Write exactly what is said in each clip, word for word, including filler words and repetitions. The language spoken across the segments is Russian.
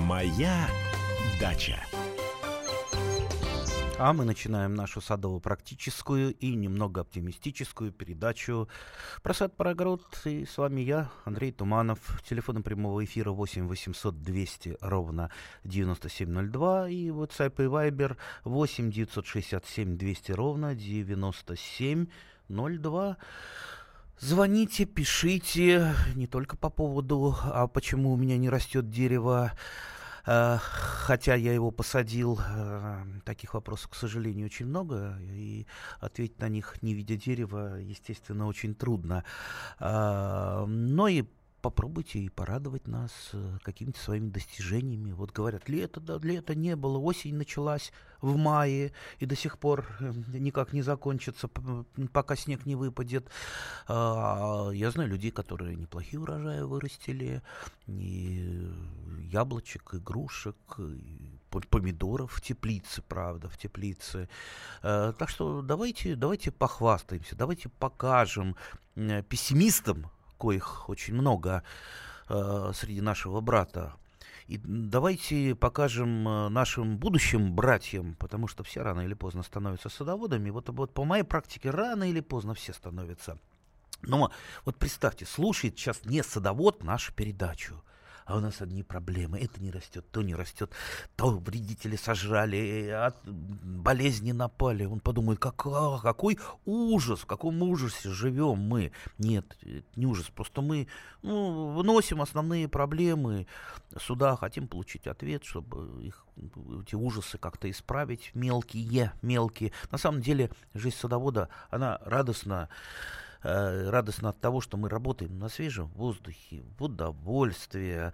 Моя дача. А мы начинаем нашу садово-практическую и немного оптимистическую передачу про сад, про огород. И с вами я, Андрей Туманов. Телефон прямого эфира восемь восемьсот двести ровно девяносто семь ноль два. И WhatsApp и Viber восемь девятьсот шестьдесят семь двести ровно девяносто семь ноль два. Звоните, пишите, не только по поводу, а почему у меня не растет дерево, э, хотя я его посадил. Э, таких вопросов, к сожалению, очень много, и ответить на них, не видя дерева, естественно, очень трудно. Э, но и попробуйте и порадовать нас э, какими-то своими достижениями. Вот говорят, лето, да, лета не было, осень началась в мае и до сих пор э, никак не закончится, п- пока снег не выпадет. А, я знаю людей, которые неплохие урожаи вырастили, и яблочек, и грушек, и п- помидоров в теплице, правда, в теплице. Э, так что давайте, давайте похвастаемся, давайте покажем э, пессимистам, коих очень много э, среди нашего брата. И давайте покажем э, нашим будущим братьям, потому что все рано или поздно становятся садоводами. Вот, вот по моей практике рано или поздно все становятся. Но вот представьте, слушает сейчас не садовод нашу передачу, а у нас одни проблемы. Это не растет, то не растет, то вредители сожрали, от болезни напали. Он подумает, как, а, какой ужас, в каком ужасе живем мы. Нет, это не ужас, просто мы ну, выносим основные проблемы сюда, хотим получить ответ, чтобы их, эти ужасы как-то исправить, мелкие, мелкие. На самом деле жизнь садовода, она радостна. Радостно от того, что мы работаем на свежем воздухе, в удовольствие,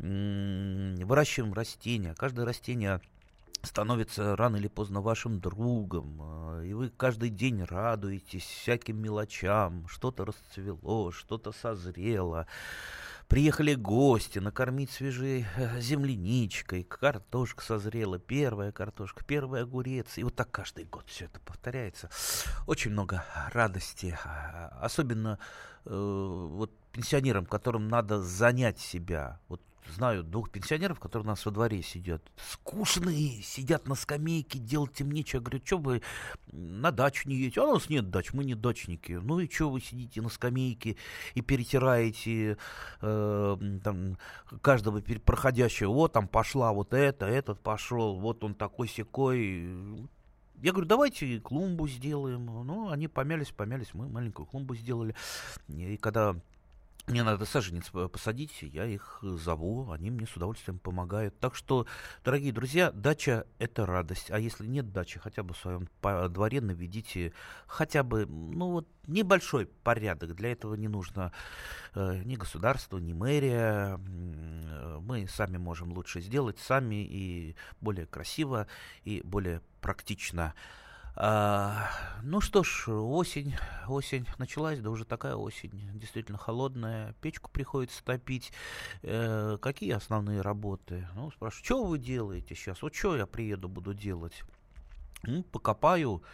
выращиваем растения. Каждое растение становится рано или поздно вашим другом, и вы каждый день радуетесь всяким мелочам. Что-то расцвело, что-то созрело. Приехали гости, накормить свежей земляничкой, картошка созрела, первая картошка, первый огурец. И вот так каждый год все это повторяется. Очень много радости, особенно э, вот пенсионерам, которым надо занять себя. Вот знаю двух пенсионеров, которые у нас во дворе сидят. Скучные, сидят на скамейке, делать им нечего. Я говорю, что вы на дачу не едете? А у нас нет дач, мы не дачники. Ну и что вы сидите на скамейке и перетираете э, там, каждого проходящего? Вот там пошла вот это, этот пошел, вот он такой-сякой. Я говорю, давайте клумбу сделаем. Ну, они помялись, помялись, мы маленькую клумбу сделали. И когда мне надо саженец посадить, я их зову, они мне с удовольствием помогают. Так что, дорогие друзья, дача – это радость. А если нет дачи, хотя бы в своем дворе наведите хотя бы, ну вот, небольшой порядок. Для этого не нужно э, ни государство, ни мэрия. Мы сами можем лучше сделать, сами и более красиво, и более практично. А, ну что ж, осень, осень началась, да уже такая осень, действительно холодная, печку приходится топить. Э, какие основные работы? Ну, спрашиваю, что вы делаете сейчас? Вот что я приеду, буду делать? Ну, покопаю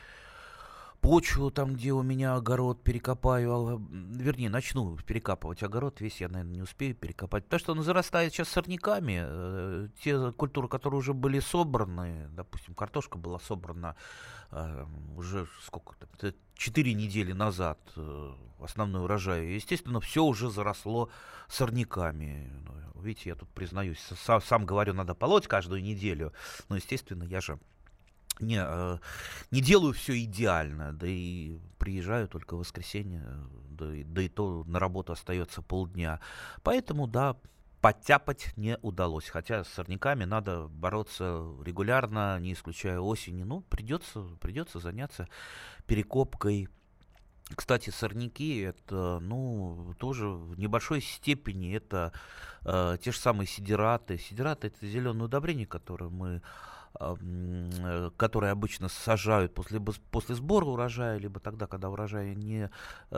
почву там, где у меня огород, перекопаю, вернее, начну перекапывать огород, весь я, наверное, не успею перекопать, потому что он зарастает сейчас сорняками. Э, те культуры, которые уже были собраны, допустим, картошка была собрана э, уже сколько там, четыре недели назад, э, основной урожай, и, естественно, все уже заросло сорняками. Ну, видите, я тут признаюсь, сам, сам говорю, надо полоть каждую неделю, но, естественно, я же Не, не делаю все идеально, да и приезжаю только в воскресенье, да и, да и то на работу остается полдня. Поэтому, да, подтяпать не удалось. Хотя с сорняками надо бороться регулярно, не исключая осени. Ну, придется, придется заняться перекопкой. Кстати, сорняки это, ну, тоже в небольшой степени это э, те же самые сидираты. Сидираты это зеленые удобрения, которые мы которые обычно сажают после, после сбора урожая, либо тогда, когда урожая не,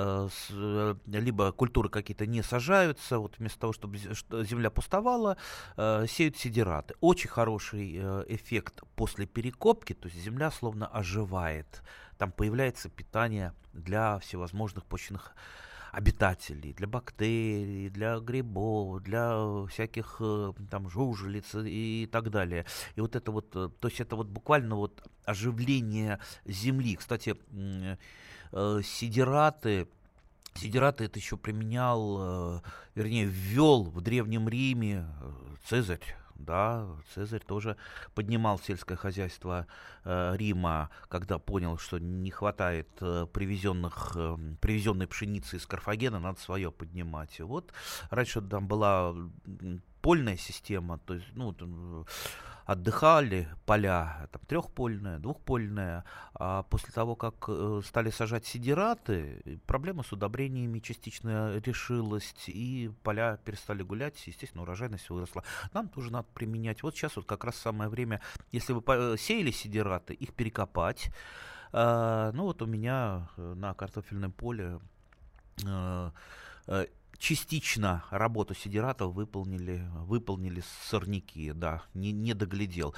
либо культуры какие-то не сажаются, вот вместо того, чтобы земля пустовала, сеют сидираты. Очень хороший эффект после перекопки, то есть земля словно оживает, там появляется питание для всевозможных почвенных обитателей, для бактерий, для грибов, для всяких э, там жужелиц и так далее. И вот это вот, э, то есть это вот буквально вот оживление земли. Кстати, э, э, сидираты, сидираты это еще применял, э, вернее, ввел в Древнем Риме э, Цезарь. Да, Цезарь тоже поднимал сельское хозяйство э, Рима, когда понял, что не хватает э, привезенных, э, привезенной пшеницы из Карфагена, надо свое поднимать. И вот раньше там была польная система, то есть, ну, там, отдыхали поля, там, трехпольная, двухпольная, а после того, как э, стали сажать сидираты, проблема с удобрениями частично решилась, и поля перестали гулять, естественно, урожайность выросла. Нам тоже надо применять. Вот сейчас вот как раз самое время, если вы сеяли сидираты, их перекопать. Э, ну вот у меня на картофельном поле э, э, частично работу сидиратов выполнили, выполнили сорняки, да, не, не доглядел.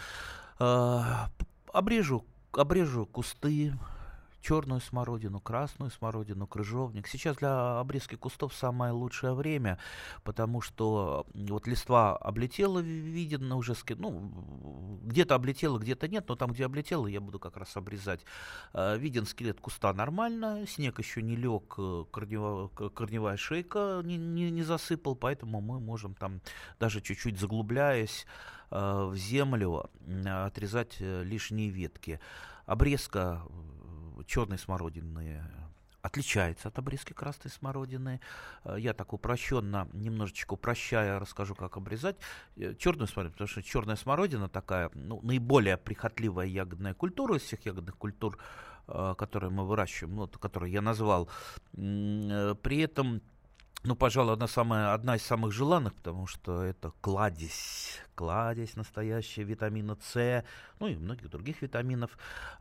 Э, обрежу, обрежу кусты, черную смородину, красную смородину, крыжовник. Сейчас для обрезки кустов самое лучшее время, потому что вот листва облетела, видно уже, ну, где-то облетела, где-то нет, но там, где облетела, я буду как раз обрезать. Виден скелет куста нормально, снег еще не лег, корневая, корневая шейка не, не, не засыпал, поэтому мы можем там, даже чуть-чуть заглубляясь в землю, отрезать лишние ветки. Обрезка черной смородины отличается от обрезки красной смородины. Я так упрощенно, немножечко упрощая, расскажу, как обрезать черную смородину, потому что черная смородина такая, ну, наиболее прихотливая ягодная культура из всех ягодных культур, которые мы выращиваем, ну, которые я назвал. При этом, ну, пожалуй, она самая, одна из самых желанных, потому что это кладезь, кладезь настоящая витамина С, ну и многих других витаминов.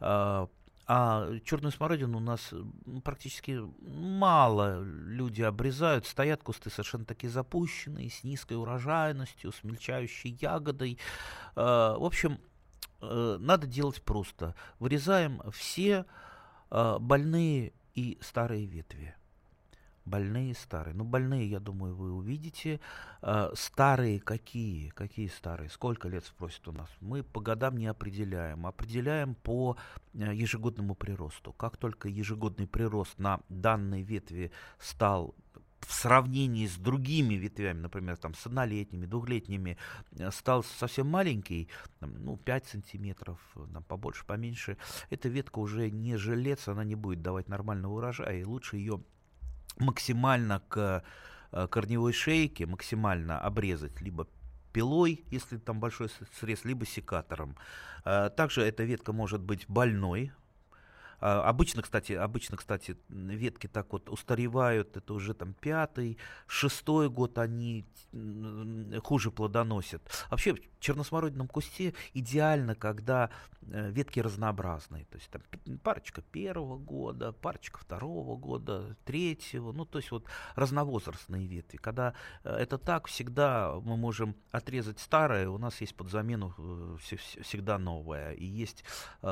А черную смородину у нас практически мало люди обрезают. Стоят кусты совершенно такие запущенные, с низкой урожайностью, с мельчающей ягодой. В общем, надо делать просто. Вырезаем все больные и старые ветви. Больные и старые. Ну, больные, я думаю, вы увидите. Э, старые какие? Какие старые? Сколько лет спросят у нас? Мы по годам не определяем. Определяем по э, ежегодному приросту. Как только ежегодный прирост на данной ветви стал в сравнении с другими ветвями, например, там, с однолетними, двухлетними, стал совсем маленький, там, ну, пять сантиметров, там, побольше, поменьше, эта ветка уже не жилец, она не будет давать нормального урожая, и лучше ее максимально к корневой шейке, максимально обрезать либо пилой, если там большой срез, либо секатором. Также эта ветка может быть больной. Обычно, кстати, обычно, кстати, ветки так вот устаревают, это уже там пятый, шестой год они хуже плодоносят. Вообще в черносмородином кусте идеально, когда ветки разнообразные, то есть там парочка первого года, парочка второго года, третьего, ну то есть вот разновозрастные ветви. Когда это так, всегда мы можем отрезать старое, у нас есть под замену всегда новое, и есть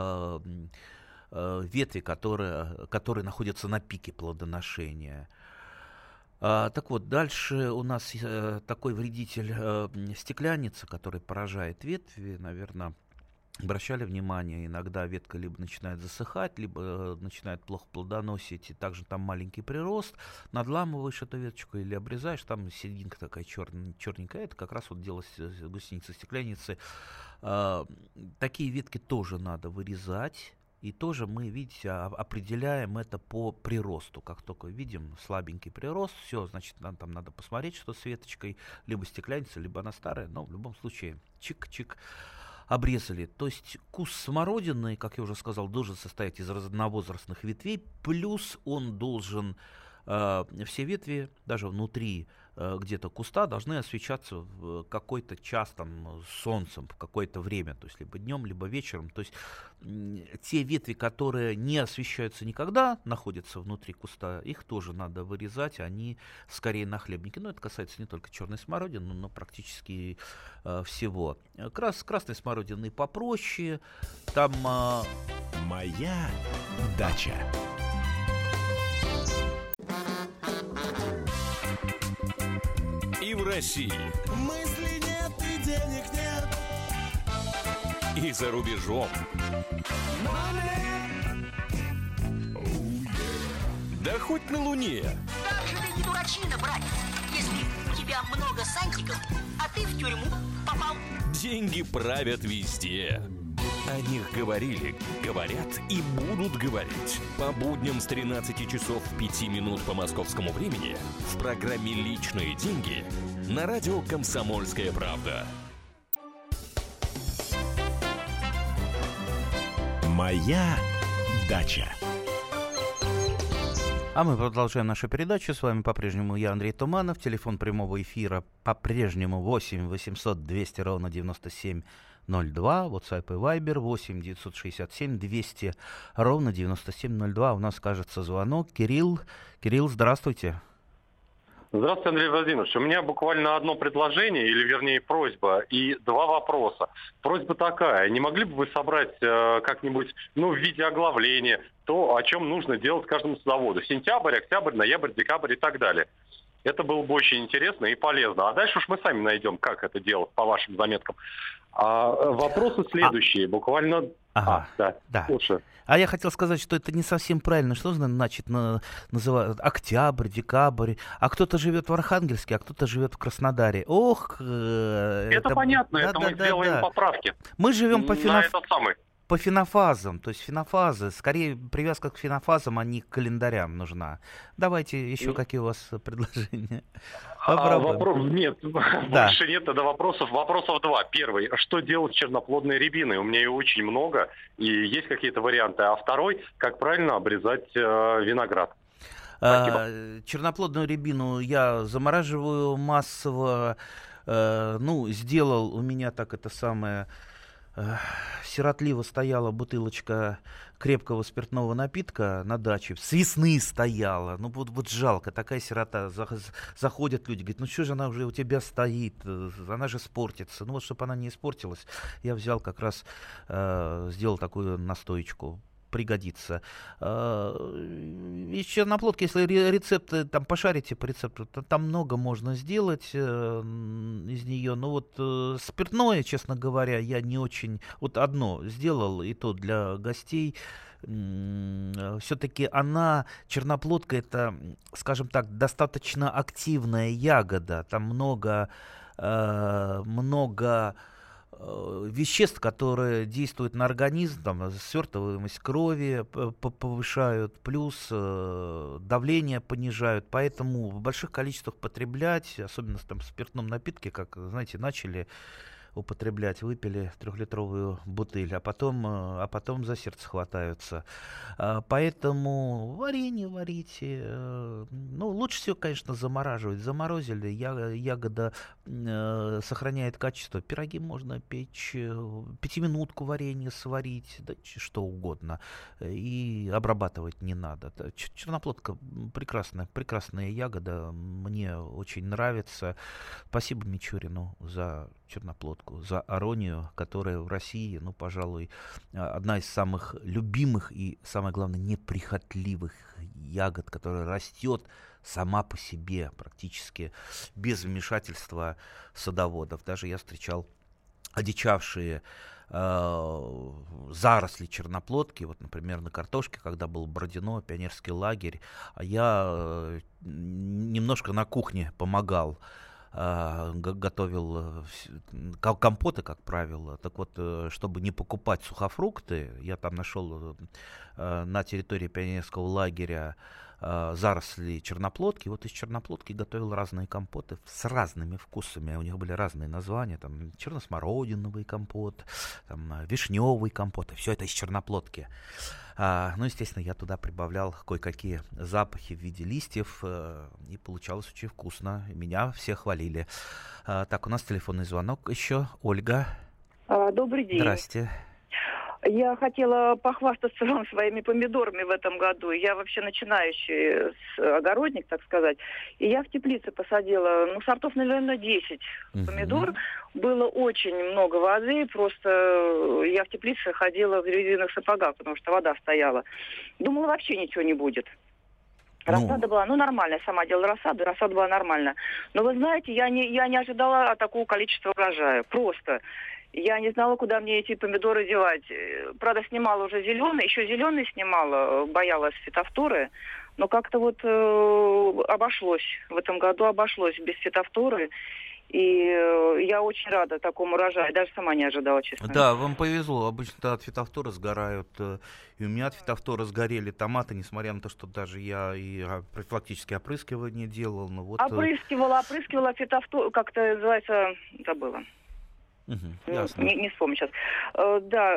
ветви, которые, которые находятся на пике плодоношения. А, так вот, дальше у нас э, такой вредитель э, стекляница, который поражает ветви, наверное, обращали внимание, иногда ветка либо начинает засыхать, либо э, начинает плохо плодоносить, и также там маленький прирост, надламываешь эту веточку или обрезаешь, там серединка такая черн, черненькая, это как раз вот дело гусеницы стекляницы. Э, такие ветки тоже надо вырезать. И тоже мы, видите, определяем это по приросту. Как только видим слабенький прирост, все, значит, нам там надо посмотреть, что с веточкой, либо стекляница, либо она старая, но в любом случае чик-чик обрезали. То есть куст смородины, как я уже сказал, должен состоять из разновозрастных ветвей, плюс он должен, э, все ветви, даже внутри э, где-то куста, должны освещаться в какой-то час там солнцем, в какое-то время, то есть либо днем, либо вечером. То есть те ветви, которые не освещаются никогда, находятся внутри куста, их тоже надо вырезать, они скорее нахлебники. Но это касается не только черной смородины, но практически э, всего. Крас, красной смородины попроще. Там... Э... Моя дача. И в России. Мысли нет и денег нет. И за рубежом. Да хоть на Луне. Как же ты не дурачина, братец, если у тебя много сантиков, а ты в тюрьму попал. Деньги правят везде. О них говорили, говорят и будут говорить. По будням с тринадцати часов пяти минут по московскому времени в программе «Личные деньги» на радио «Комсомольская правда». Моя дача. А мы продолжаем нашу передачу. С вами по-прежнему я, Андрей Туманов. Телефон прямого эфира по-прежнему восемь восемьсот двести ровно девяносто семь ноль два. WhatsApp и Viber восемь девятьсот шестьдесят семь двести ровно девяносто семь ноль два. У нас, кажется, звонок. Кирилл. Кирилл, здравствуйте. Здравствуйте, Андрей Владимирович. У меня буквально одно предложение, или вернее просьба, и два вопроса. Просьба такая. Не могли бы вы собрать э, как-нибудь, ну, в виде оглавления, то, о чем нужно делать каждому садоводу? Сентябрь, октябрь, ноябрь, декабрь и так далее. Это было бы очень интересно и полезно. А дальше уж мы сами найдем, как это делать, по вашим заметкам. А, вопросы следующие. А... Буквально... Ага, а, да, да. Лучше. А я хотел сказать, что это не совсем правильно. Что значит на, называют октябрь, декабрь? А кто-то живет в Архангельске, а кто-то живет в Краснодаре. Ох, э, это, это понятно, да, это да, мы да, сделаем да. поправки. Мы живем по феноф... самый. по фенофазам, то есть фенофазы, скорее привязка к фенофазам, а не к календарям нужна. Давайте еще какие у вас предложения. А, вопрос, нет, да. больше нет тогда вопросов. Вопросов два. Первый, что делать с черноплодной рябиной? У меня ее очень много, и есть какие-то варианты. А второй, как правильно обрезать э, виноград? А, черноплодную рябину я замораживаю массово. Э, ну, сделал у меня так это самое... Сиротливо стояла бутылочка крепкого спиртного напитка на даче. С весны стояла. Ну вот, вот жалко, такая сирота. Заходят люди, говорят, ну что же она уже у тебя стоит? Она же испортится. Ну вот, чтобы она не испортилась, я взял как раз, э, сделал такую настоечку. Пригодится. Из черноплодки, если рецепты там пошарите по рецепту, то там много можно сделать э, из нее. Но вот э, спиртное, честно говоря, я не очень... Вот одно сделал, и то для гостей. Все-таки она, черноплодка, это, скажем так, достаточно активная ягода. Там много... Э, много веществ, которые действуют на организм, там, свертываемость крови повышают, плюс э, давление понижают, поэтому в больших количествах потреблять, особенно там, в спиртном напитке, как, знаете, начали употреблять, выпили трехлитровую бутыль, а потом, а потом за сердце хватаются. Поэтому варенье варите. Ну, лучше всего, конечно, замораживать. Заморозили, ягода сохраняет качество. Пироги можно печь, пятиминутку варенье сварить, да, что угодно. И обрабатывать не надо. Черноплодка прекрасная, прекрасная ягода. Мне очень нравится. Спасибо Мичурину за черноплодку, за аронию, которая в России, ну, пожалуй, одна из самых любимых и, самое главное, неприхотливых ягод, которая растет сама по себе, практически без вмешательства садоводов. Даже я встречал одичавшие э, заросли черноплодки, вот, например, на картошке, когда был Бородино, пионерский лагерь, а я э, немножко на кухне помогал, готовил компоты, как правило. Так вот, чтобы не покупать сухофрукты, я там нашел на территории пионерского лагеря заросли черноплодки. Вот из черноплодки готовил разные компоты с разными вкусами. У них были разные названия. Там черносмородиновый компот, там, вишневый компот. И все это из черноплодки. А, ну, естественно, я туда прибавлял кое-какие запахи в виде листьев. И получалось очень вкусно. Меня все хвалили. А, так, у нас телефонный звонок еще. Ольга. А, добрый день. Здрасте. Я хотела похвастаться вам своими помидорами в этом году. Я вообще начинающий огородник, так сказать. И я в теплице посадила, ну, сортов, наверное, десять uh-huh. помидор. Было очень много воды. Просто я в теплице ходила в резиновых сапогах, потому что вода стояла. Думала, вообще ничего не будет. Рассада Ну. была, ну, нормальная. Сама делала рассаду, рассада была нормальная. Но вы знаете, я не, я не ожидала такого количества урожая. Просто. Я не знала, куда мне эти помидоры девать. Правда, снимала уже зеленый, еще зеленый снимала, боялась фитофторы. Но как-то вот э, обошлось. В этом году обошлось без фитофторы. И э, я очень рада такому урожаю. Даже сама не ожидала, честно. Да, вам повезло. Обычно от фитофтора сгорают. э, И у меня от фитофтора сгорели томаты, несмотря на то, что даже я и а, профилактические опрыскивания делал. Но вот, э, Опрыскивала, опрыскивала фитофтор, как-то называется, забыла. мгм, Ну, ясно. Не, не вспомню сейчас. Э, да,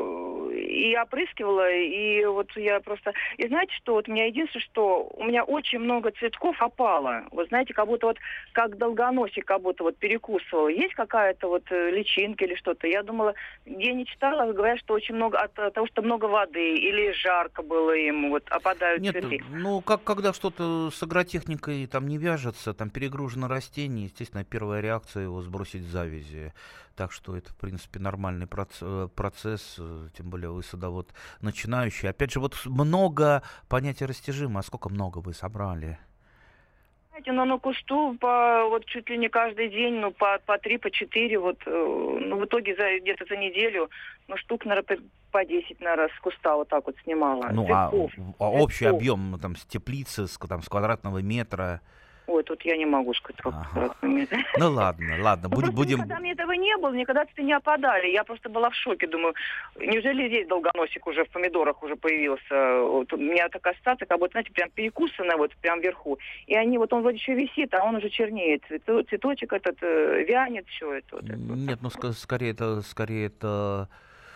э, и опрыскивала, и вот я просто... И знаете, что вот у меня единственное, что у меня очень много цветков опало. Вот знаете, как будто вот, как долгоносик, как будто вот перекусывал. Есть какая-то вот э, личинка или что-то? Я думала, где не читала, говорят, что очень много, от, от того, что много воды, или жарко было ему, вот опадают Нет, цветы. ну, как, когда что-то с агротехникой там не вяжется, там перегружено растение, естественно, первая реакция его сбросить завязи. Так что это, в принципе, нормальный проц- процесс, э, тем более вы садовод начинающий. Опять же, вот много понятия растяжимо, а сколько много вы собрали? Знаете, ну на кусту по вот чуть ли не каждый день, ну по, по три, по четыре, вот, э, ну в итоге за где-то за неделю, ну штук, наверное, по, по десять, наверное, с куста вот так вот снимала. Ну, а, Цветков, а общий цветков. объем ну, там, с теплицы, с, там, с квадратного метра? Ой, тут я не могу сказать, как Ага. метр. Ну ладно, ладно, Ну, будем... просто будем... никогда мне этого не было, никогда цветы не опадали. Я просто была в шоке, думаю, неужели здесь долгоносик уже в помидорах уже появился? Вот у меня такая ассоциация, как будто, знаете, прям перекусанная вот прям вверху. И они, вот он вроде еще висит, а он уже чернеет. Цвето- Цветочек этот э, вянет, все это. Вот это вот. Нет, ну ска- скорее это, скорее это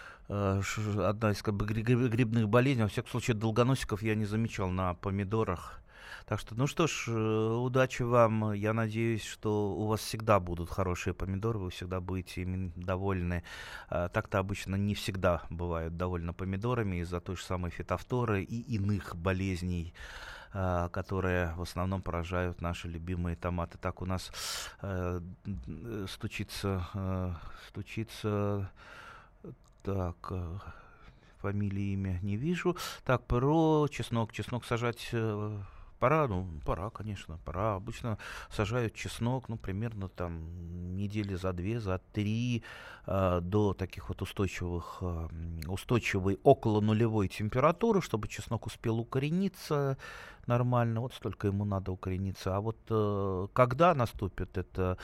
э, ш- одна из как бы, гри- гри- грибных болезней. Во всяком случае, долгоносиков я не замечал на помидорах. Так что, ну что ж, э, удачи вам. Я надеюсь, что у вас всегда будут хорошие помидоры, вы всегда будете ими довольны. А, так-то обычно не всегда бывают довольны помидорами из-за той же самой фитофторы и иных болезней, а, которые в основном поражают наши любимые томаты. Так у нас э, д- стучится, э, стучится, так, э, фамилии, имя не вижу. Так, про чеснок. Чеснок сажать э, пора, ну, пора, конечно, пора. Обычно сажают чеснок, ну, примерно там недели за две, за три э, до таких вот устойчивых, э, устойчивой около нулевой температуры, чтобы чеснок успел укорениться нормально. Вот столько ему надо укорениться. А вот э, когда наступит это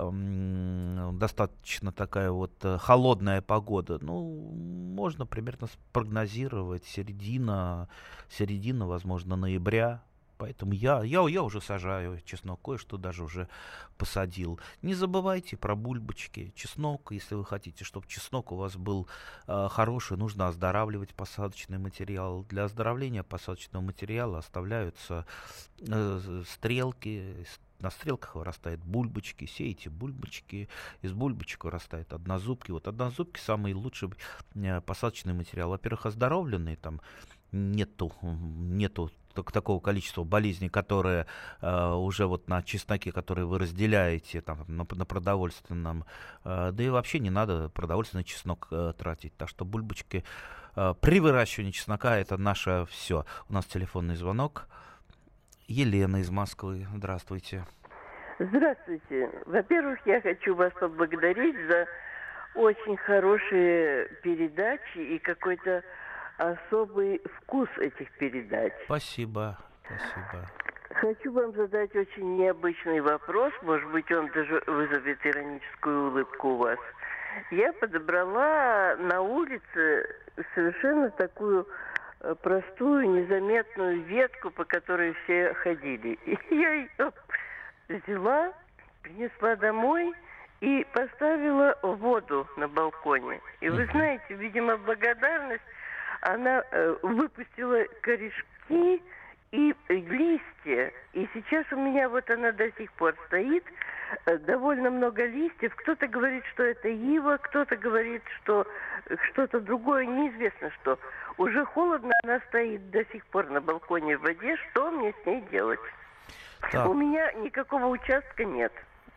эм, достаточно такая вот э, холодная погода, ну, можно примерно спрогнозировать середина, середина, возможно, ноября. Поэтому я, я, я уже сажаю чеснок, кое-что даже уже посадил. Не забывайте про бульбочки. Чеснок, если вы хотите, чтобы чеснок у вас был э, хороший, нужно оздоравливать посадочный материал. Для оздоровления посадочного материала оставляются э, стрелки. На стрелках вырастают бульбочки, сеете бульбочки, из бульбочек вырастают однозубки. Вот однозубки самый лучший э, посадочный материал. Во-первых, оздоровленный, там нету, нету так- такого количества болезней, которые э, уже вот на чесноке, которые вы разделяете там, на, на продовольственном, э, да и вообще не надо продовольственный чеснок э, тратить. Так что бульбочки э, при выращивании чеснока это наше все. У нас телефонный звонок. Елена из Москвы. Здравствуйте. Здравствуйте. Во-первых, я хочу вас поблагодарить за очень хорошие передачи и какой-то особый вкус этих передач. Спасибо. Спасибо. Хочу вам задать очень необычный вопрос, может быть, он даже вызовет ироническую улыбку у вас. Я подобрала на улице совершенно такую э, простую, незаметную ветку, по которой все ходили. И я ее взяла, принесла домой и поставила в воду на балконе. И вы знаете, видимо, в благодарность она э, выпустила корешки и листья. И сейчас у меня вот она до сих пор стоит. Э, довольно много листьев. Кто-то говорит, что это ива, кто-то говорит, что что-то другое, неизвестно что. Уже холодно, она стоит до сих пор на балконе в воде. Что мне с ней делать? Так. У меня никакого участка нет.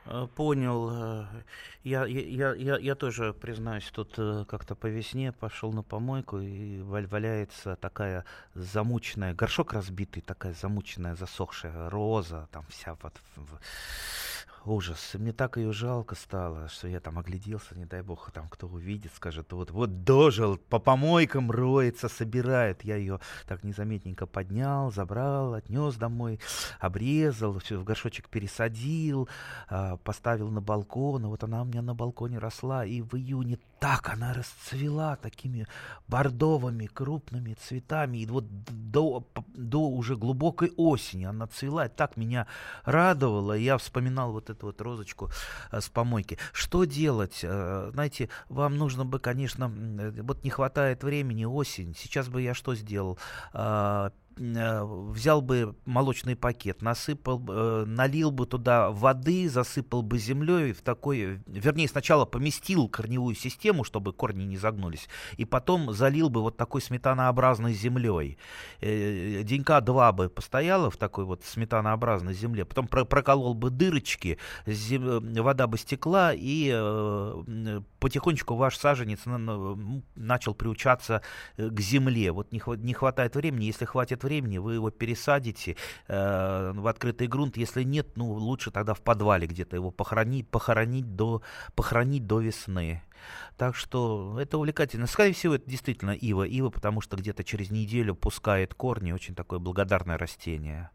Понял. Я, я, я, я тоже, признаюсь, тут как-то по весне пошел на помойку, и валяется такая замученная, горшок разбитый, такая замученная, засохшая роза, там вся вот... Ужас. Мне так ее жалко стало, что я там огляделся, не дай бог, там кто увидит, скажет, вот, вот дожил, по помойкам роется, собирает. Я ее так незаметненько поднял, забрал, отнес домой, обрезал, все в горшочек пересадил, поставил на балкон. И вот она у меня на балконе росла, и в июне так она расцвела такими бордовыми крупными цветами. И вот до, до уже глубокой осени она цвела, и так меня радовала. Я вспоминал вот эту вот розочку а, с помойки. Что делать? А, знаете, вам нужно бы, конечно, вот не хватает времени, осень. Сейчас бы я что сделал? А, взял бы молочный пакет, насыпал, э, налил бы туда воды, засыпал бы землей в такой, вернее, сначала поместил корневую систему, чтобы корни не загнулись, и потом залил бы вот такой сметанообразной землей. Э, денька два бы постояло в такой вот сметанообразной земле, потом про- проколол бы дырочки, зем... вода бы стекла, и э, потихонечку ваш саженец на- на- начал приучаться к земле. Вот не, хва- не хватает времени, если хватит времени, времени, вы его пересадите э, в открытый грунт. Если нет, ну, лучше тогда в подвале где-то его похоронить, похоронить, до, похоронить до весны. Так что это увлекательно. Скорее всего, это действительно ива. Ива, потому что где-то через неделю пускает корни. Очень такое благодарное растение.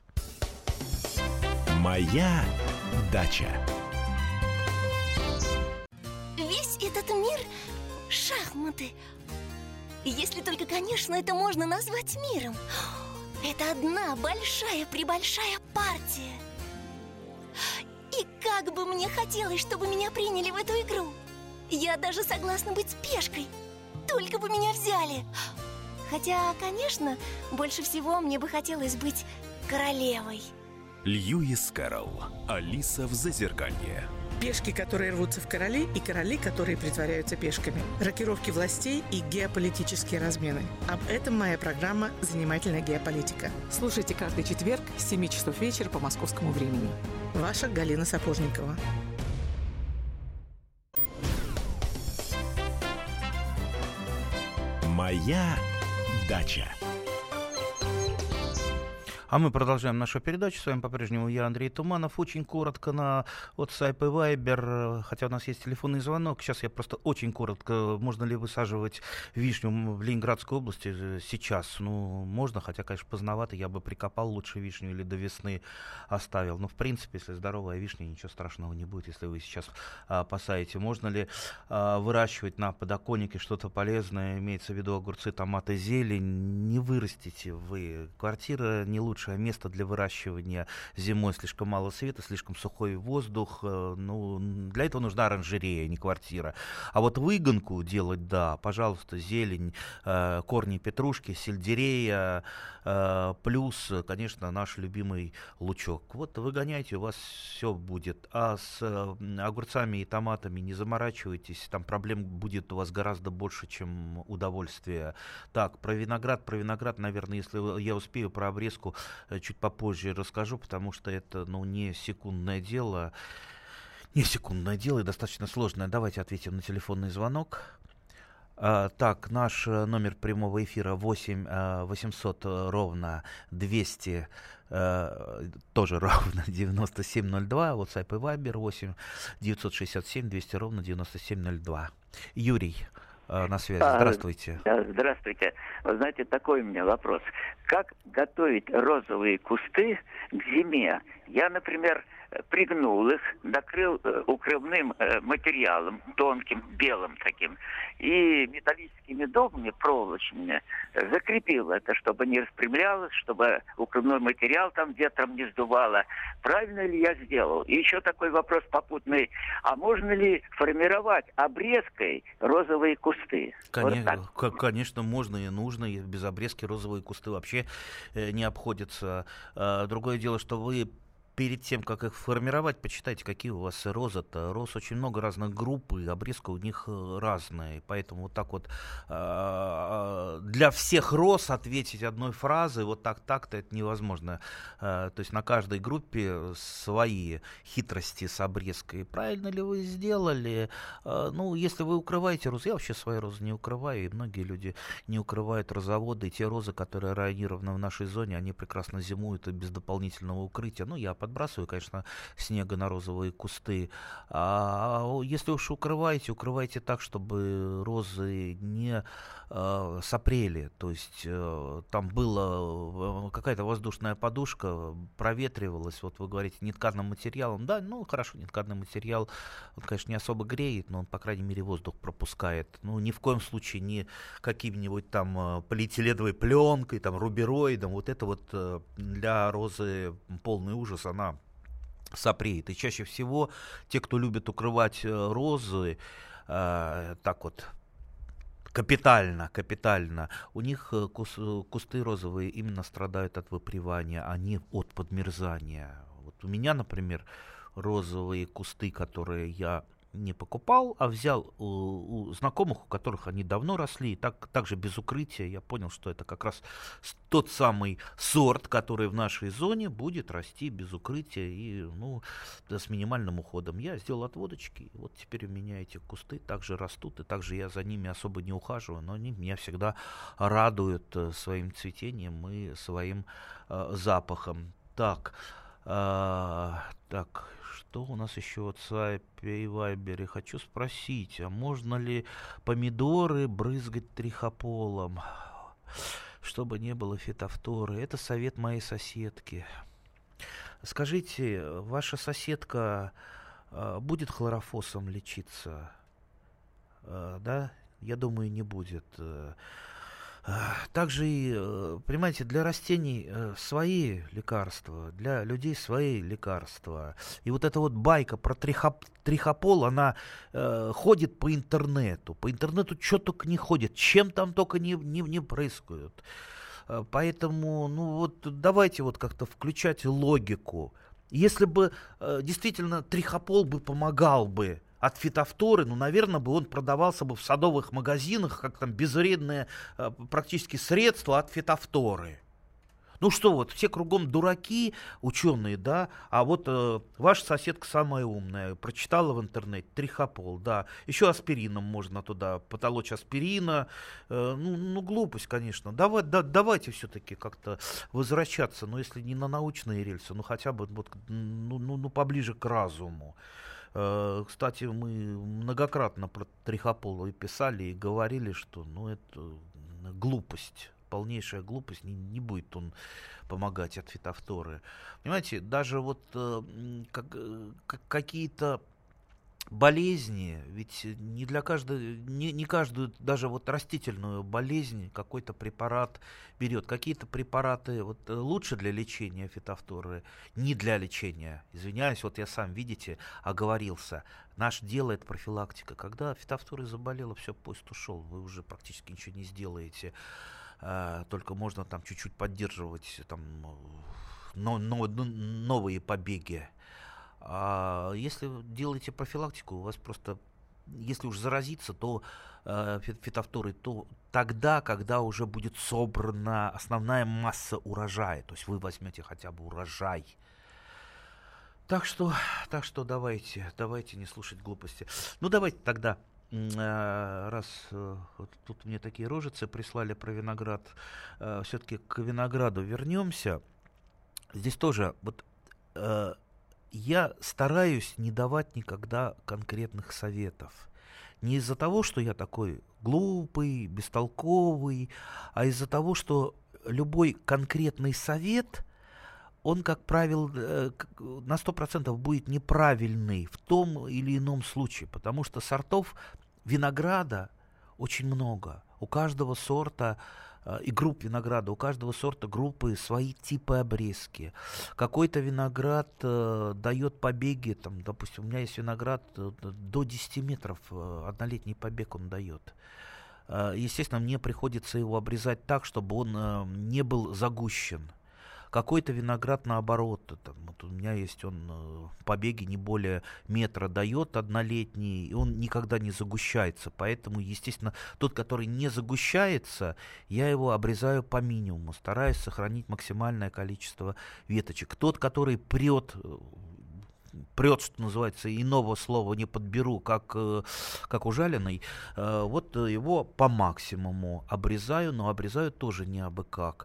Моя дача. Весь этот мир — шахматы. Если только, конечно, это можно назвать миром. Это одна большая-пребольшая партия. И как бы мне хотелось, чтобы меня приняли в эту игру. Я даже согласна быть пешкой. Только бы меня взяли. Хотя, конечно, больше всего мне бы хотелось быть королевой. Льюис Кэрролл. Алиса в Зазеркалье. Пешки, которые рвутся в короли, и короли, которые притворяются пешками. Рокировки властей и геополитические размены. Об этом моя программа «Занимательная геополитика». Слушайте каждый четверг с семи часов вечера по московскому времени. Ваша Галина Сапожникова. Моя дача. А мы продолжаем нашу передачу. С вами по-прежнему я, Андрей Туманов. Очень коротко на WhatsApp и Viber, хотя у нас есть телефонный звонок. Сейчас я просто очень коротко. Можно ли высаживать вишню в Ленинградской области сейчас? Ну, можно, хотя, конечно, поздновато. Я бы прикопал лучше вишню или до весны оставил. Но, в принципе, если здоровая вишня, ничего страшного не будет, если вы сейчас а, посадите. Можно ли а, выращивать на подоконнике что-то полезное? Имеется в виду огурцы, томаты, зелень. Не вырастите вы. Квартира не лучше место для выращивания зимой, слишком мало света, слишком сухой воздух. Ну, для этого нужна оранжерея, не квартира. А вот выгонку делать, да, пожалуйста, зелень, э, корни петрушки, сельдерея, э, плюс, конечно, наш любимый лучок. Вот выгоняйте, у вас все будет. А с э, огурцами и томатами не заморачивайтесь, там проблем будет у вас гораздо больше, чем удовольствия. Так, про виноград, про виноград, наверное, если я успею, про обрезку чуть попозже расскажу, потому что это, ну, не секундное дело, не секундное дело и достаточно сложное. Давайте ответим на телефонный звонок. А, так, наш номер прямого эфира восемь восемьсот ровно двести, а, тоже ровно девяносто семь ноль два, WhatsApp и Viber восемь девятьсот шестьдесят семь двести ровно девяносто семь ноль два. Юрий на связи. Здравствуйте. А, здравствуйте. Вы знаете, такой у меня вопрос. Как готовить розовые кусты к зиме? Я, например, пригнул их, накрыл э, укрывным э, материалом, тонким, белым таким, и металлическими догмами проволочными закрепил это, чтобы не распрямлялось, чтобы укрывной материал там ветром не сдувало. Правильно ли я сделал? И еще такой вопрос попутный. А можно ли формировать обрезкой розовые кусты? Конечно, вот конечно, можно и нужно. И без обрезки розовые кусты вообще э, не обходятся. А, другое дело, что вы перед тем, как их формировать, почитайте, какие у вас розы-то. Роз очень много разных групп, и обрезка у них разная. Поэтому вот так вот для всех роз ответить одной фразой, вот так так-то это невозможно. То есть на каждой группе свои хитрости с обрезкой. Правильно ли вы сделали? Ну, если вы укрываете розы, я вообще свои розы не укрываю, и многие люди не укрывают розоводы. И те розы, которые районированы в нашей зоне, они прекрасно зимуют и без дополнительного укрытия. Ну, я подбрасываю, конечно, снега на розовые кусты. А если уж укрываете, укрывайте так, чтобы розы не э, сопрели. То есть э, там была какая-то воздушная подушка, проветривалась, вот вы говорите, нетканым материалом. Да, ну, хорошо, нетканый материал, он, конечно, не особо греет, но он, по крайней мере, воздух пропускает. Ну, ни в коем случае не каким-нибудь там полиэтиленовой пленкой, там, рубероидом. Вот это вот э, для розы полный ужас, она сопреет. И чаще всего те, кто любит укрывать розы, э, так вот, капитально, капитально, у них кус, кусты розовые именно страдают от выпривания, а не от подмерзания. Вот у меня, например, розовые кусты, которые я не покупал, а взял у, у знакомых, у которых они давно росли, и так, также без укрытия, я понял, что это как раз тот самый сорт, который в нашей зоне будет расти без укрытия и, ну, с минимальным уходом. Я сделал отводочки, и вот теперь у меня эти кусты также растут, и также я за ними особо не ухаживаю, но они меня всегда радуют своим цветением и своим э, запахом. Так, э, так... Что у нас еще в WhatsApp и Viber? Хочу спросить, а можно ли помидоры брызгать трихополом, чтобы не было фитофторы? Это совет моей соседки. Скажите, ваша соседка э, будет хлорофосом лечиться? Э, да? Я думаю, не будет. Также и, понимаете, для растений свои лекарства, для людей свои лекарства. И вот эта вот байка про трихоп, трихопол, она э, ходит по интернету. По интернету что только не ходит, чем там только не, не, не прыскают. Поэтому, ну вот, давайте вот как-то включать логику. Если бы э, действительно трихопол бы помогал бы от фитофторы, ну, наверное, бы он продавался бы в садовых магазинах, как там безвредное э, практически средство от фитофторы. Ну что вот, все кругом дураки, ученые, да, а вот э, ваша соседка самая умная, прочитала в интернете трихопол, да, еще аспирином можно туда потолочь аспирина, э, ну, ну, глупость, конечно. Давай, да, давайте все-таки как-то возвращаться, ну, если не на научные рельсы, ну, хотя бы вот, ну, ну, ну поближе к разуму. Кстати, мы многократно про трихопол и писали и говорили, что ну, это глупость, полнейшая глупость, не, не будет он помогать от фитофторы. Понимаете, даже вот как, как, какие-то болезни, ведь не для каждой, не, не каждую, даже вот растительную болезнь какой-то препарат берет. Какие-то препараты вот, лучше для лечения фитофторы, не для лечения. Извиняюсь, вот я сам, видите, оговорился. Наше дело — это профилактика. Когда фитофторой заболела, все, поезд ушел, вы уже практически ничего не сделаете. А, только можно там чуть-чуть поддерживать там, но, но, новые побеги. А если вы делаете профилактику, у вас просто, если уж заразиться, то э, фитофторой, то тогда, когда уже будет собрана основная масса урожая, то есть вы возьмете хотя бы урожай. Так что, так что давайте, давайте не слушать глупости. Ну давайте тогда, э, раз э, вот тут мне такие рожицы прислали про виноград, э, все-таки к винограду вернемся. Здесь тоже вот э, я стараюсь не давать никогда конкретных советов. Не из-за того, что я такой глупый, бестолковый, а из-за того, что любой конкретный совет, он, как правило, на сто процентов будет неправильный в том или ином случае, потому что сортов винограда очень много. У каждого сорта и групп винограда, у каждого сорта группы свои типы обрезки. Какой-то виноград э, дает побеги, там, допустим, у меня есть виноград э, до десяти метров, э, однолетний побег он дает. Э, естественно, мне приходится его обрезать так, чтобы он э, не был загущен. Какой-то виноград наоборот, там, вот у меня есть он э, побеги не более метра дает, однолетний, и он никогда не загущается. Поэтому, естественно, тот, который не загущается, я его обрезаю по минимуму, стараюсь сохранить максимальное количество веточек. Тот, который прет, прет, что называется, иного слова не подберу, как, как ужаленный, вот его по максимуму обрезаю, но обрезаю тоже не абы как.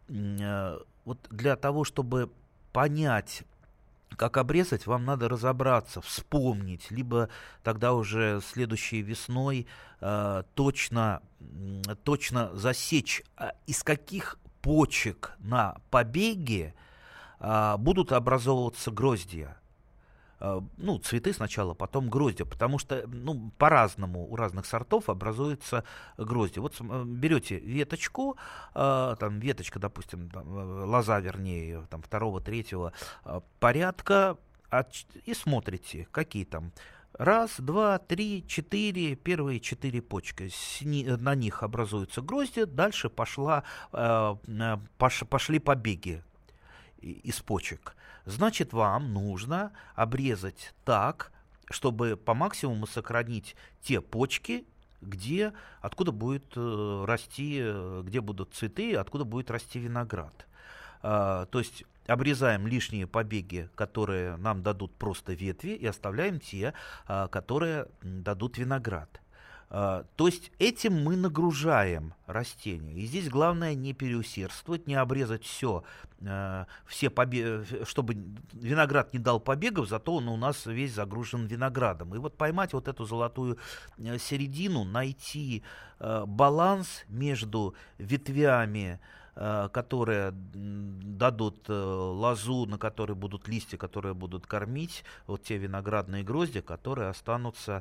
Вот для того, чтобы понять, как обрезать, вам надо разобраться, вспомнить, либо тогда уже следующей весной э, точно, точно засечь, из каких почек на побеге э, будут образовываться гроздья. Э, ну, цветы сначала, потом гроздья, потому что ну, по-разному у разных сортов образуются гроздья. Вот берете веточку, э, там веточка, допустим, там, лоза, вернее, там, второго, третьего э, порядка, от, и смотрите, какие там. Раз, два, три, четыре, первые четыре почки, на них образуются гроздья, дальше пошла, э, пош, пошли побеги из почек. Значит, вам нужно обрезать так, чтобы по максимуму сохранить те почки, где, откуда будет э, расти, где будут цветы, откуда будет расти виноград. Э, то есть обрезаем лишние побеги, которые нам дадут просто ветви, и оставляем те, э, которые дадут виноград. То есть этим мы нагружаем растения. И здесь главное не переусердствовать, не обрезать все, все побеги, чтобы виноград не дал побегов, зато он у нас весь загружен виноградом. И вот поймать вот эту золотую середину, найти баланс между ветвями, которые дадут лозу, на которой будут листья, которые будут кормить вот те виноградные грозди, которые останутся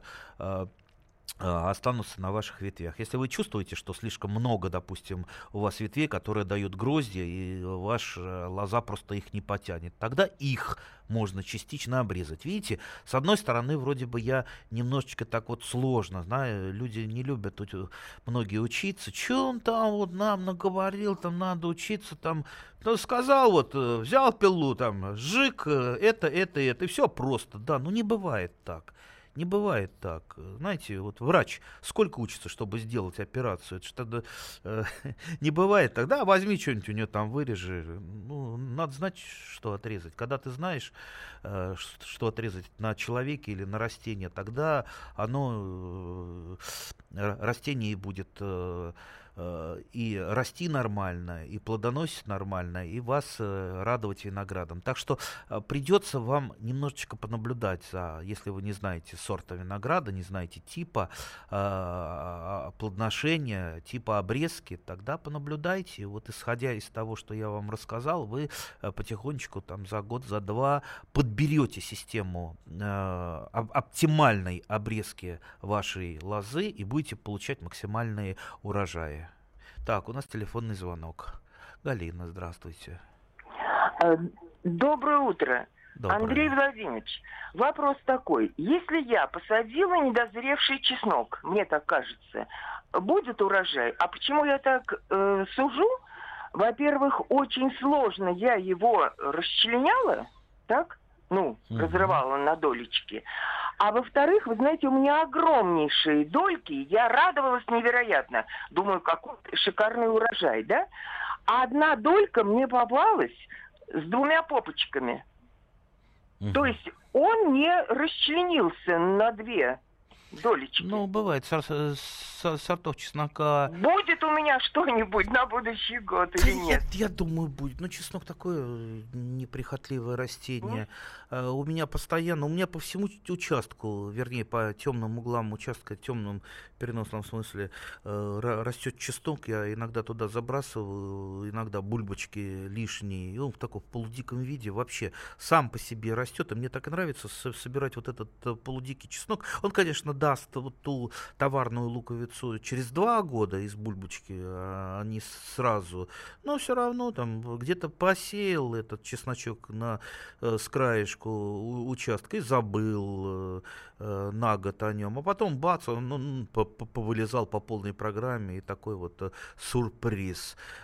останутся на ваших ветвях. Если вы чувствуете, что слишком много, допустим, у вас ветвей, которые дают гроздья, и ваша лоза просто их не потянет, тогда их можно частично обрезать. Видите, с одной стороны, вроде бы я немножечко так вот сложно, знаю, люди не любят тут многие учиться. Че он там вот нам наговорил, там надо учиться, там, ну, сказал вот, взял пилу, там, жик, это, это, это, и все просто. Да, ну не бывает так. Не бывает так. Знаете, вот врач сколько учится, чтобы сделать операцию? Это что-то э, не бывает. Тогда возьми что-нибудь у нее там, вырежи. Ну, надо знать, что отрезать. Когда ты знаешь, э, что отрезать на человеке или на растение, тогда оно, э, растение и будет э, э, и расти нормально, и плодоносить нормально, и вас э, радовать виноградом. Так что э, придется вам немножечко понаблюдать за, если вы не знаете сорта винограда, не знаете типа э, плодоношения, типа обрезки, тогда понаблюдайте. Вот исходя из того, что я вам рассказал, вы э, потихонечку там за год, за два подберете систему э, оптимальной обрезки вашей лозы и будете получать максимальные урожаи. Так, у нас телефонный звонок. Галина, здравствуйте. Доброе утро. Доброе. Андрей Владимирович, вопрос такой. Если я посадила недозревший чеснок, мне так кажется, будет урожай? А почему я так э, сужу? Во-первых, очень сложно. Я его расчленяла, так? Ну, угу. разрывала на долечки. А во-вторых, вы знаете, у меня огромнейшие дольки. Я радовалась невероятно. Думаю, какой шикарный урожай, да? А одна долька мне попалась с двумя попочками. Угу. То есть он не расчленился на две долечки. Ну, бывает, сор- сор- сортов чеснока. Будет у меня что-нибудь на будущий год или нет? Я, я думаю, будет. Но чеснок такое неприхотливое растение. Mm. У меня постоянно, у меня по всему участку, вернее, по темным углам участка, темным переносном смысле, растет чеснок. Я иногда туда забрасываю, иногда бульбочки лишние. И он в таком полудиком виде вообще сам по себе растет. И мне так и нравится собирать вот этот полудикий чеснок. Он, конечно, даст вот ту товарную луковицу через два года из бульбочки, а не сразу. Но все равно там где-то посеял этот чесночок на, э, с краешку у, участка и забыл э, на год о нем. А потом бац, он ну, повылезал по полной программе, и такой вот э, сюрприз.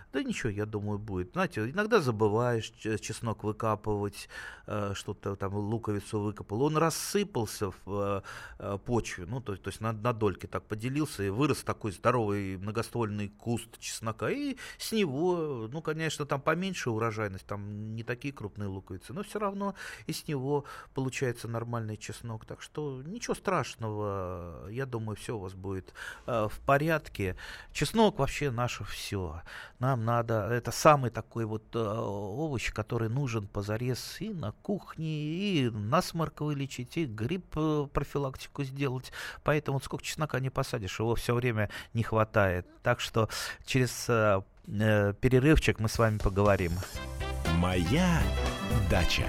Да ничего, я думаю, будет. Знаете, иногда забываешь чеснок выкапывать, что-то там, луковицу выкопал, он рассыпался в почве, ну, то, то есть на, на дольки так поделился, и вырос такой здоровый многоствольный куст чеснока, и с него, ну, конечно, там поменьше урожайность, там не такие крупные луковицы, но все равно и с него получается нормальный чеснок, так что ничего страшного, я думаю, все у вас будет э, в порядке. Чеснок вообще наше все, нам надо, это самый такой вот э, овощ, который нужен позарез и на кухне, и насморк вылечить, и грипп э, профилактику сделать, поэтому вот сколько чеснока не посадишь, его все время не хватает, так что через э, э, перерывчик мы с вами поговорим. Моя дача.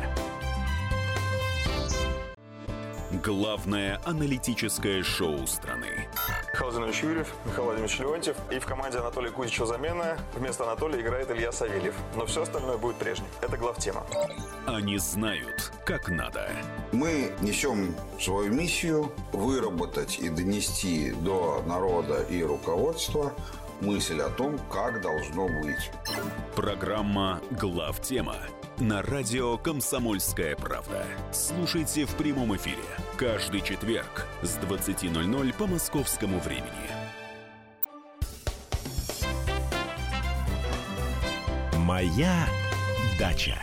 Главное аналитическое шоу страны. Михаил Владимирович Юрьев, Михаил Владимирович Леонтьев. И в команде Анатолия Кузичева замена. Вместо Анатолия играет Илья Савельев. Но все остальное будет прежним. Это главтема. Они знают, как надо. Мы несем свою миссию выработать и донести до народа и руководства мысль о том, как должно быть. Программа «Главтема» на радио «Комсомольская правда». Слушайте в прямом эфире каждый четверг с двадцати ноль-ноль по московскому времени. Моя дача.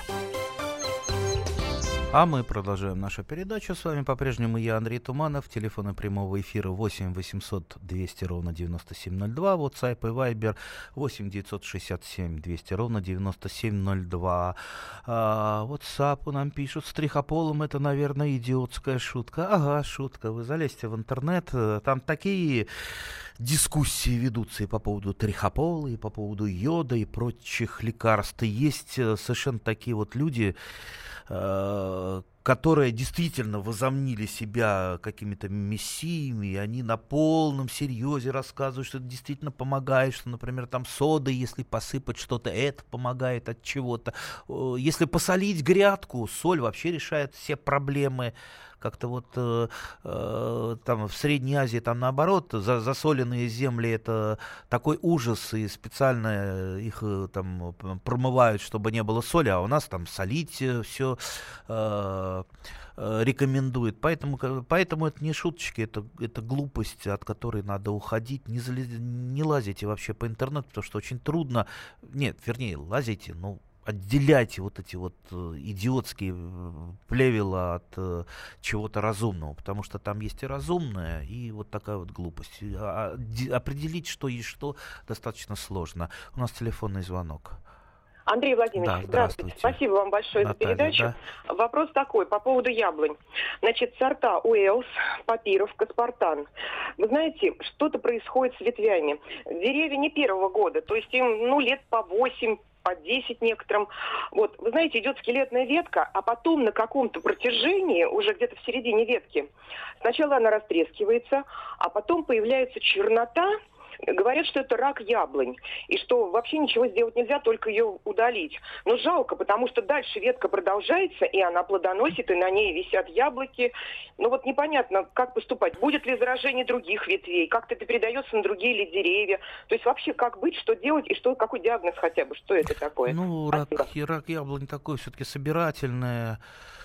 А мы продолжаем нашу передачу. С вами по-прежнему я, Андрей Туманов. Телефоны прямого эфира восемь восемьсот двести ровно девяносто семь ноль два. WhatsApp и Viber восемь девятьсот шестьдесят семь двести ровно девяносто семь ноль два. А, WhatsApp нам пишут: с трихополом это, наверное, идиотская шутка. Ага, шутка. Вы залезьте в интернет. Там такие дискуссии ведутся и по поводу трихопола, и по поводу йода, и прочих лекарств. И есть совершенно такие вот люди, которые действительно возомнили себя какими-то мессиями, и они на полном серьезе рассказывают, что это действительно помогает, что, например, там сода, если посыпать что-то, это помогает от чего-то. Если посолить грядку, соль вообще решает все проблемы. Как-то вот э, э, там в Средней Азии там наоборот за, засоленные земли это такой ужас, и специально их там промывают, чтобы не было соли, а у нас там солить все э, э, рекомендуют. Поэтому, поэтому это не шуточки, это, это глупость, от которой надо уходить. Не, залез, не лазите вообще по интернету, потому что очень трудно. Нет, вернее, лазите, ну, отделяйте вот эти вот идиотские плевела от э, чего-то разумного, потому что там есть и разумное, и вот такая вот глупость. А, а, определить, что есть что, достаточно сложно. У нас телефонный звонок. Андрей Владимирович, да, здравствуйте. здравствуйте. Спасибо вам большое Наталья, за передачу. Да. Вопрос такой, по поводу яблонь. Значит, сорта Уэллс, Папиров, Каспартан. Вы знаете, что-то происходит с ветвями. Деревья не первого года, то есть им, ну, лет по восемь, по десять некоторым. Вот, вы знаете, идет скелетная ветка, а потом на каком-то протяжении, уже где-то в середине ветки, сначала она растрескивается, а потом появляется чернота. Говорят, что это рак яблонь, и что вообще ничего сделать нельзя, только ее удалить. Но жалко, потому что дальше ветка продолжается, и она плодоносит, и на ней висят яблоки. Но вот непонятно, как поступать. Будет ли заражение других ветвей, как-то это передается на другие ли деревья. То есть вообще как быть, что делать, и что, какой диагноз хотя бы, что это такое? Ну, рак, рак яблонь такой все-таки собирательное.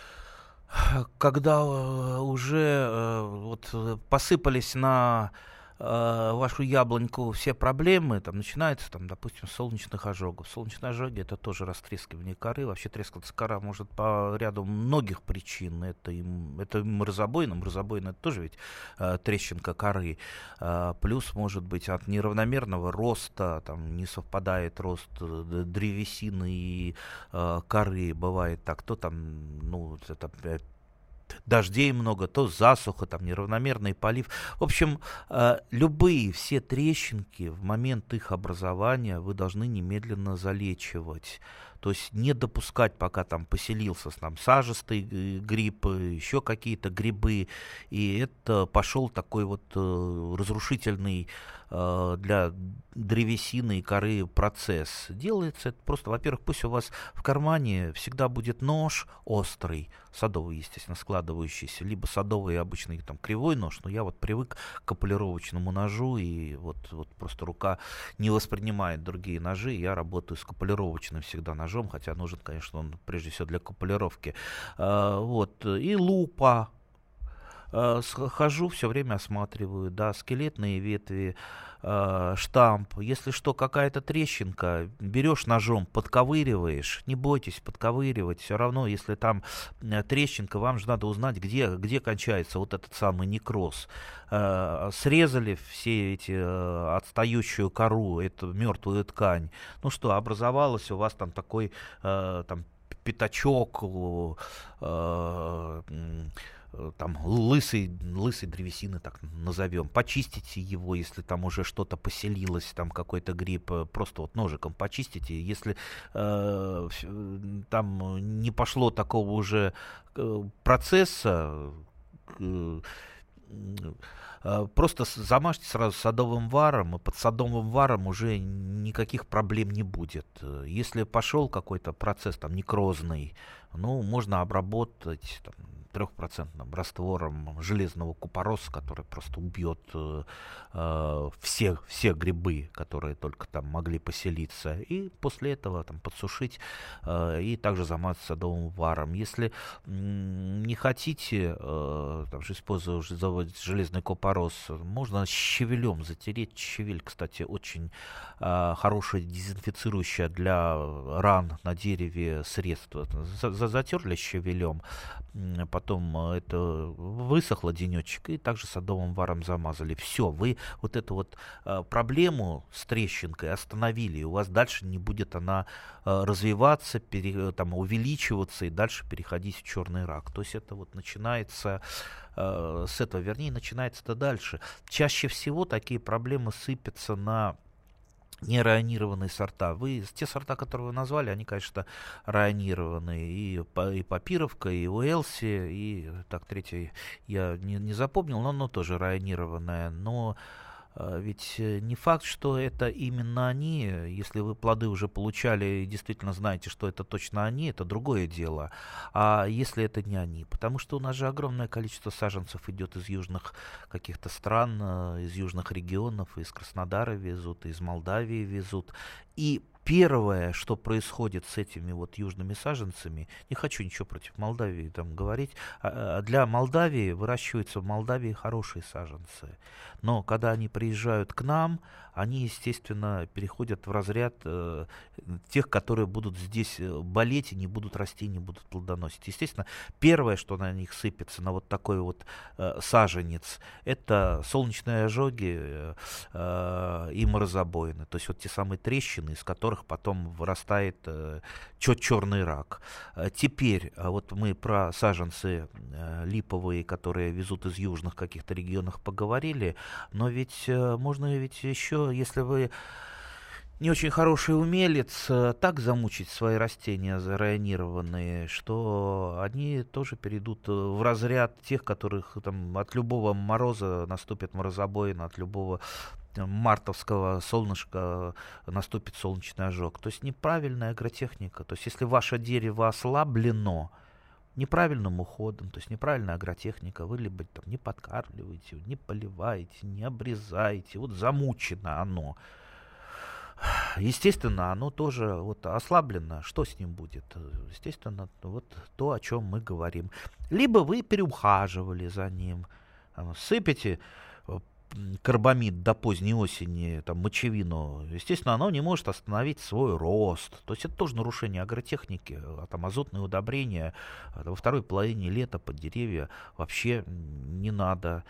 Когда уже вот посыпались на вашу яблоньку все проблемы, там начинается, там, допустим, с солнечных ожогов. Солнечные ожоги — это тоже растрескивание коры. Вообще трескаться кора может по ряду многих причин. Это и, это и морозобойно. Морозобойно — это тоже ведь э, трещинка коры. Э, плюс, может быть, от неравномерного роста, там не совпадает рост древесины и э, коры. Бывает так, то там, ну, это дождей много, то засуха, там неравномерный полив. В общем, э, любые все трещинки в момент их образования вы должны немедленно залечивать. То есть не допускать, пока там поселился там сажистый гриб, еще какие-то грибы. И это пошел такой вот э, разрушительный э, для древесины и коры процесс. Делается это просто, во-первых, пусть у вас в кармане всегда будет нож острый, садовый, естественно, складывающийся, либо садовый обычный там кривой нож, но я вот привык к полировочному ножу, и вот, вот просто рука не воспринимает другие ножи, я работаю с полировочным всегда ножом, хотя нужен, конечно, он прежде всего для полировки. А, вот, и лупа. А, хожу, все время осматриваю, да, скелетные ветви, а, штамп. Если что, какая-то трещинка, берешь ножом, подковыриваешь, не бойтесь подковыривать, все равно, если там трещинка, вам же надо узнать, где, где кончается вот этот самый некроз. А, срезали все эти а, отстающую кору, эту мертвую ткань. Ну что, образовалось у вас там такой а, там пятачок, а, там лысый, лысой древесины, так назовем, почистите его, если там уже что-то поселилось, там какой-то гриб, просто вот ножиком почистите, если э, там не пошло такого уже процесса, э, просто замажьте сразу садовым варом, и под садовым варом уже никаких проблем не будет. Если пошел какой-то процесс там некрозный, ну, можно обработать там трехпроцентным раствором железного купороса, который просто убьет э, э, все, все грибы, которые только там могли поселиться, и после этого там подсушить э, и также замазать садовым варом. Если м- не хотите э, там же использовать железный купорос, можно щавелем затереть. Щавель, кстати, очень э, хорошее дезинфицирующее для ран на дереве средство. Затерли щавелем, потом это высохло денечек, и также садовым варом замазали. Все, вы вот эту вот э, проблему с трещинкой остановили, и у вас дальше не будет она э, развиваться, пере, там, увеличиваться и дальше переходить в черный рак. То есть это вот начинается э, с этого, вернее, начинается-то дальше. Чаще всего такие проблемы сыпятся на нерайонированные сорта. Вы, те сорта, которые вы назвали, они, конечно, районированные. И, и Папировка, и Уэлси, и так, третье я не, не запомнил, но оно тоже районированное. Но а, ведь не факт, что это именно они. Если вы плоды уже получали и действительно знаете, что это точно они, это другое дело. А если это не они? Потому что у нас же огромное количество саженцев идет из южных каких-то стран, из южных регионов, из Краснодара везут, из Молдавии везут. И первое, что происходит с этими вот южными саженцами, не хочу ничего против Молдавии там говорить, а для Молдавии выращиваются в Молдавии хорошие саженцы. Но когда они приезжают к нам, они, естественно, переходят в разряд э, тех, которые будут здесь болеть и не будут расти, не будут плодоносить. Естественно, первое, что на них сыпется, на вот такой вот э, саженец, это солнечные ожоги э, э, и морозобоины. То есть вот те самые трещины, из которых потом вырастает э, черный рак. Теперь вот мы про саженцы э, липовые, которые везут из южных каких-то регионов, поговорили, но ведь э, можно ведь еще, если вы не очень хороший умелец, так замучить свои растения зарайонированные, что они тоже перейдут в разряд тех, которых там от любого мороза наступит морозобоина, от любого мартовского солнышка наступит солнечный ожог. То есть неправильная агротехника. То есть если ваше дерево ослаблено неправильным уходом, то есть неправильная агротехника, вы либо там не подкармливаете, не поливаете, не обрезаете, вот замучено оно. Естественно, оно тоже вот ослаблено. Что с ним будет? Естественно, вот то, о чем мы говорим. Либо вы переухаживали за ним, сыпете карбамид до поздней осени, там, мочевину, естественно, оно не может остановить свой рост. То есть это тоже нарушение агротехники. А там азотные удобрения во второй половине лета под деревья вообще не надо.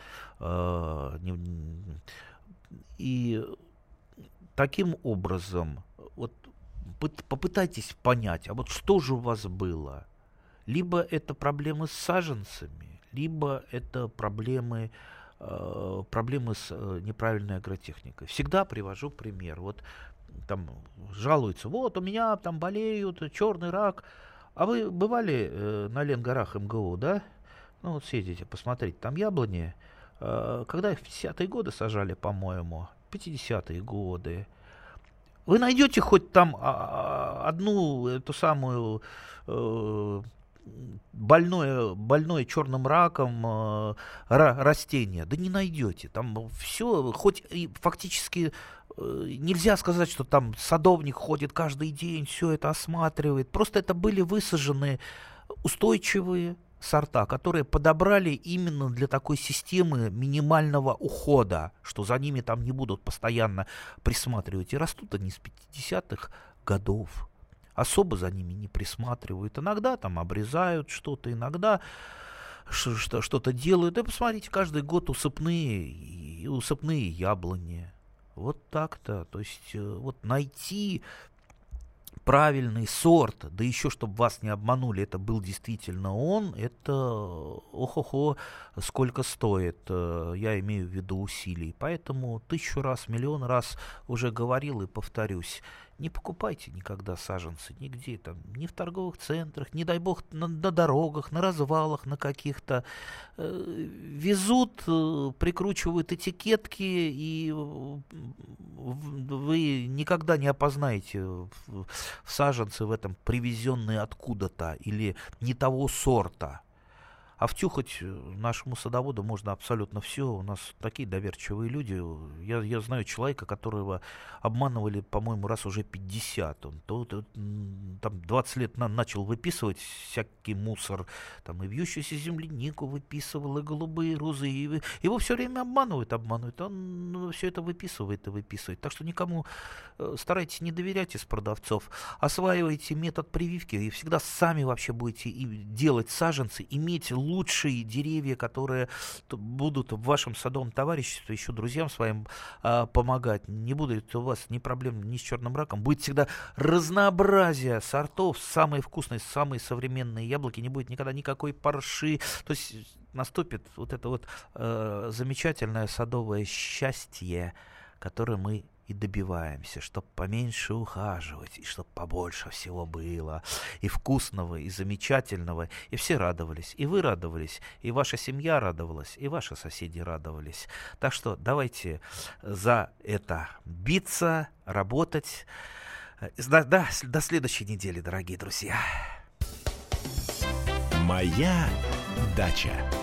И таким образом, вот попытайтесь понять, а вот что же у вас было? Либо это проблемы с саженцами, либо это проблемы проблемы с неправильной агротехникой. Всегда привожу пример. Вот там жалуются, вот у меня там болеют, черный рак. А вы бывали э, на Ленгорах эм гэ у, да? Ну вот съездите, посмотрите, там яблони, э, когда их в пятидесятые годы сажали, по-моему, пятидесятые годы. Вы найдете хоть там а, одну эту самую э, больное, больное черным раком э, растение? Да не найдете. Там все, хоть и фактически э, нельзя сказать, что там садовник ходит каждый день, все это осматривает. Просто это были высажены устойчивые сорта, которые подобрали именно для такой системы минимального ухода, что за ними там не будут постоянно присматривать. И растут они с пятидесятых годов. Особо за ними не присматривают. Иногда там обрезают что-то, иногда что-то делают. И посмотрите, каждый год усыпные, усыпные яблони. Вот так-то. То есть вот найти правильный сорт, да еще, чтобы вас не обманули, это был действительно он, это ох-охо, сколько стоит, я имею в виду усилий. Поэтому тысячу раз, миллион раз уже говорил и повторюсь, не покупайте никогда саженцы нигде, там, ни в торговых центрах, не дай бог на, на дорогах, на развалах, на каких-то. Э, везут, э, прикручивают этикетки, и вы никогда не опознаете в, в саженцы в этом привезенные откуда-то или не того сорта. А втюхать нашему садоводу можно абсолютно все. У нас такие доверчивые люди. Я, я знаю человека, которого обманывали, по-моему, раз уже пятьдесят. Он то, то, там двадцать лет на, начал выписывать всякий мусор. Там и вьющуюся землянику выписывал, и голубые розы. И, его все время обманывают, обманывают. Он ну, все это выписывает и выписывает. Так что никому э, старайтесь не доверять из продавцов. Осваивайте метод прививки и всегда сами вообще будете и делать саженцы, иметь лучшие деревья, которые будут в вашем садовом товариществе еще друзьям своим а, помогать. Не будет у вас ни проблем ни с черным раком. Будет всегда разнообразие сортов, самые вкусные, самые современные яблоки. Не будет никогда никакой парши. То есть наступит вот это вот э, замечательное садовое счастье, которое мы и добиваемся, чтобы поменьше ухаживать, и чтобы побольше всего было, и вкусного, и замечательного, и все радовались, и вы радовались, и ваша семья радовалась, и ваши соседи радовались. Так что давайте за это биться, работать. До, до, до следующей недели, дорогие друзья. Моя дача.